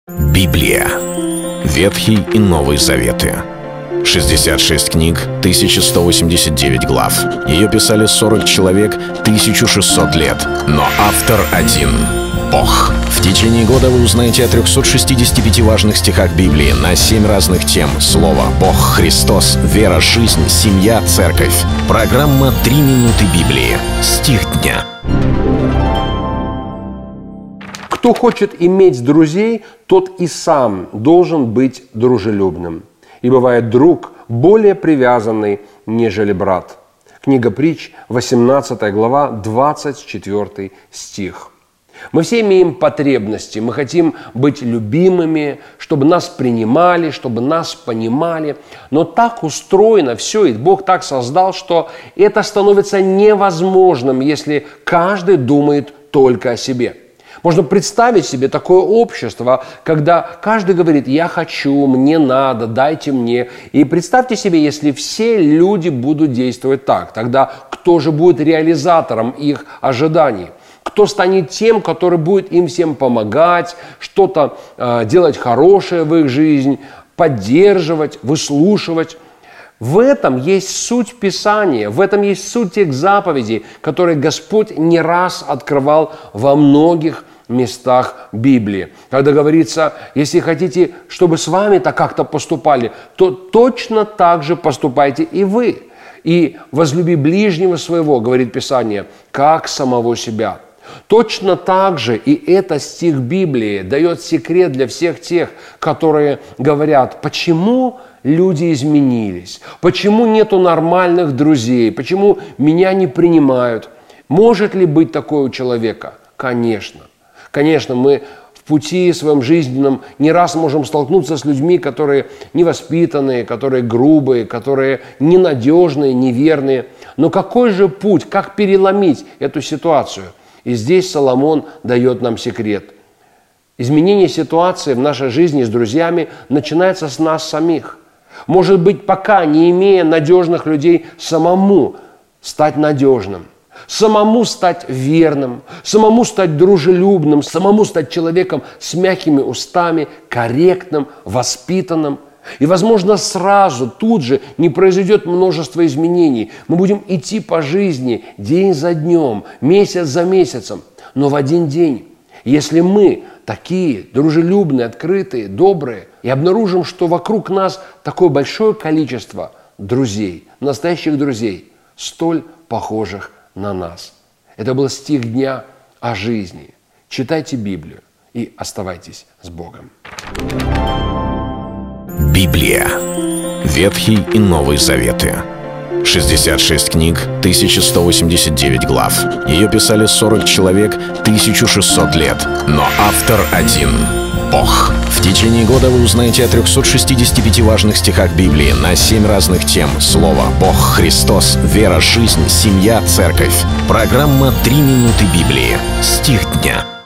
Библия. Ветхий и Новый Заветы. 66 книг, 1189 глав. Ее писали 40 человек, 1600 лет. Но автор один — Бог. В течение года вы узнаете о 365 важных стихах Библии на 7 разных тем. Слово, Бог, Христос, вера, жизнь, семья, церковь. Программа «3 минуты Библии». Стих дня. Кто хочет иметь друзей, тот и сам должен быть дружелюбным. И бывает друг более привязанный, нежели брат. Книга Притч, 18 глава, 24 стих. Мы все имеем потребности, мы хотим быть любимыми, чтобы нас принимали, чтобы нас понимали. Но так устроено все, и Бог так создал, что это становится невозможным, если каждый думает только о себе. Можно представить себе такое общество, когда каждый говорит: «Я хочу, мне надо, дайте мне». И представьте себе, если все люди будут действовать так, тогда кто же будет реализатором их ожиданий? Кто станет тем, который будет им всем помогать, что-то делать хорошее в их жизнь, поддерживать, выслушивать? В этом есть суть Писания, в этом есть суть тех заповедей, которые Господь не раз открывал во многих местах Библии. Когда говорится: если хотите, чтобы с вами-то как-то поступали, то точно так же поступайте и вы. И возлюби ближнего своего, говорит Писание, как самого себя. Точно так же и этот стих Библии дает секрет для всех тех, которые говорят: почему люди изменились, почему нету нормальных друзей, почему меня не принимают. Может ли быть такое у человека? Конечно. Конечно, мы в пути своем жизненном не раз можем столкнуться с людьми, которые невоспитанные, которые грубые, которые ненадежные, неверные. Но какой же путь, как переломить эту ситуацию? И здесь Соломон дает нам секрет. Изменение ситуации в нашей жизни с друзьями начинается с нас самих. Может быть, пока не имея надежных людей, самому стать надежным. Самому стать верным, самому стать дружелюбным, самому стать человеком с мягкими устами, корректным, воспитанным. И, возможно, сразу, тут же не произойдет множество изменений. Мы будем идти по жизни день за днем, месяц за месяцем. Но в один день, если мы такие дружелюбные, открытые, добрые, и обнаружим, что вокруг нас такое большое количество друзей, настоящих друзей, столь похожих на нас. Это был стих дня о жизни. Читайте Библию и оставайтесь с Богом. Библия. Ветхий и Новый Заветы. 66 книг, 1189 глав. Ее писали 40 человек, 1600 лет. Но автор один — Бог. В течение года вы узнаете о 365 важных стихах Библии на 7 разных тем. Слово, Бог, Христос, вера, жизнь, семья, церковь. Программа «3 минуты Библии». Стих дня.